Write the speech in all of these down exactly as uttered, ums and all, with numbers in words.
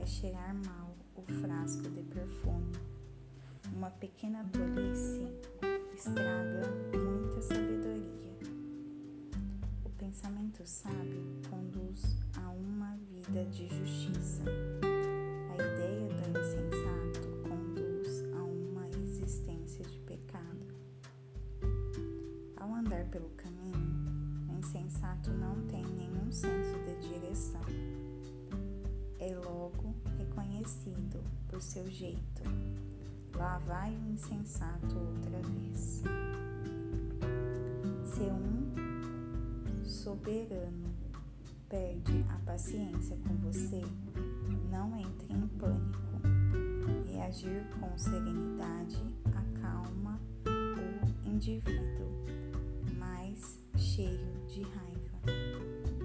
faz cheirar mal o frasco de perfume. Uma pequena tolice estraga muita sabedoria. O pensamento sábio conduz a uma vida de justiça. A ideia do insensato conduz a uma existência de pecado. Ao andar pelo caminho, o insensato não tem nenhum senso de direção. É logo reconhecido por seu jeito. Lá vai o insensato outra vez. Se um soberano perde a paciência com você, não entre em pânico. Reagir com serenidade acalma o indivíduo, mas cheio de raiva.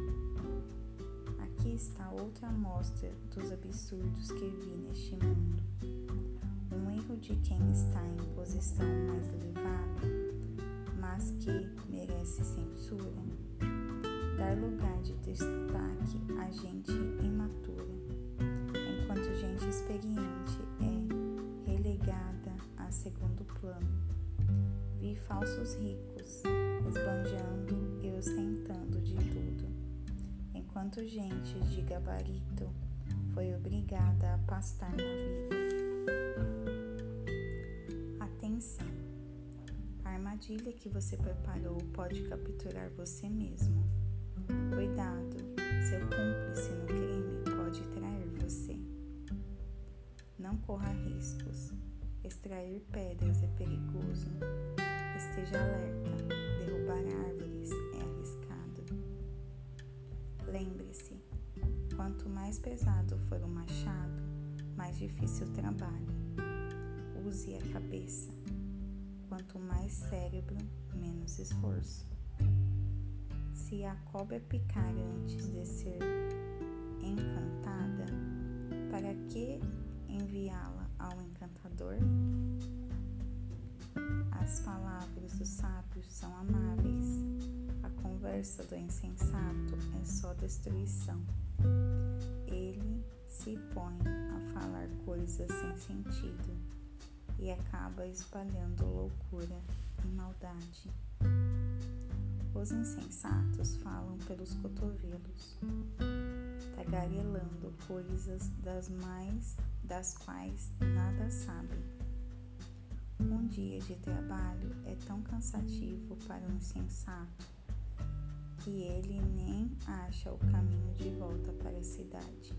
Aqui está outra amostra dos absurdos que vi neste mundo. Um erro de quem está em posição mais elevada, mas que merece censura. Dar lugar de destaque a gente imatura, enquanto gente experiente é relegada a segundo plano. Vi falsos ricos esbanjando e ostentando de tudo, enquanto gente de gabarito foi obrigada a pastar na vida. Atenção! A armadilha que você preparou pode capturar você mesmo. Cuidado, seu cúmplice no crime pode trair você. Não corra riscos. Extrair pedras é perigoso. Esteja alerta. Derrubar árvores é arriscado. Lembre-se, quanto mais pesado for o machado, mais difícil o trabalho. Use a cabeça. Quanto mais cérebro, menos esforço. Se a cobra picar antes de ser encantada, para que enviá-la ao encantador? As palavras dos sábios são amáveis. A conversa do insensato é só destruição. Ele se põe a falar coisas sem sentido e acaba espalhando loucura e maldade. Os insensatos falam pelos cotovelos, tagarelando coisas das mais das quais nada sabem. Um dia de trabalho é tão cansativo para o insensato que ele nem acha o caminho de volta para a cidade.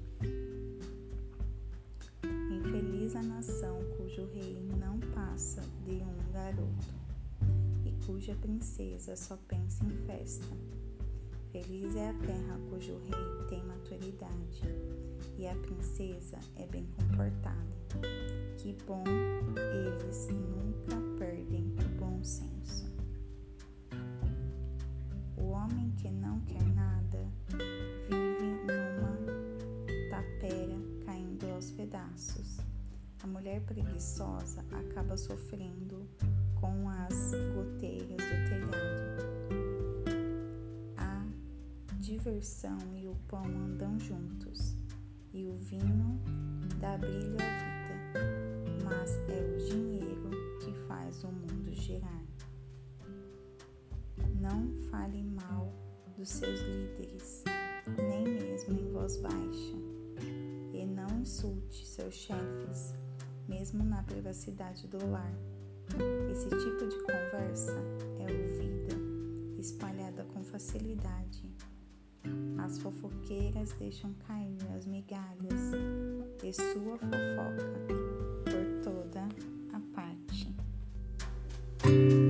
Infeliz a nação cujo rei não passa de um garoto e cuja princesa só pensa em festa. Feliz é a terra cujo rei tem maturidade e a princesa é bem comportada. Que bom, eles nunca perdem o bom senso. O homem que não quer nada vive numa tapera caindo aos pedaços. A mulher preguiçosa acaba sofrendo com as goteiras do telhado. A diversão e o pão andam juntos, e o vinho dá brilho à vida, mas é o dinheiro que faz o mundo girar. Não fale mal dos seus líderes, nem mesmo em voz baixa, e não insulte seus chefes, mesmo na privacidade do lar. Esse tipo de conversa é ouvida e espalhada com facilidade. As fofoqueiras deixam cair as migalhas de sua fofoca por toda a parte.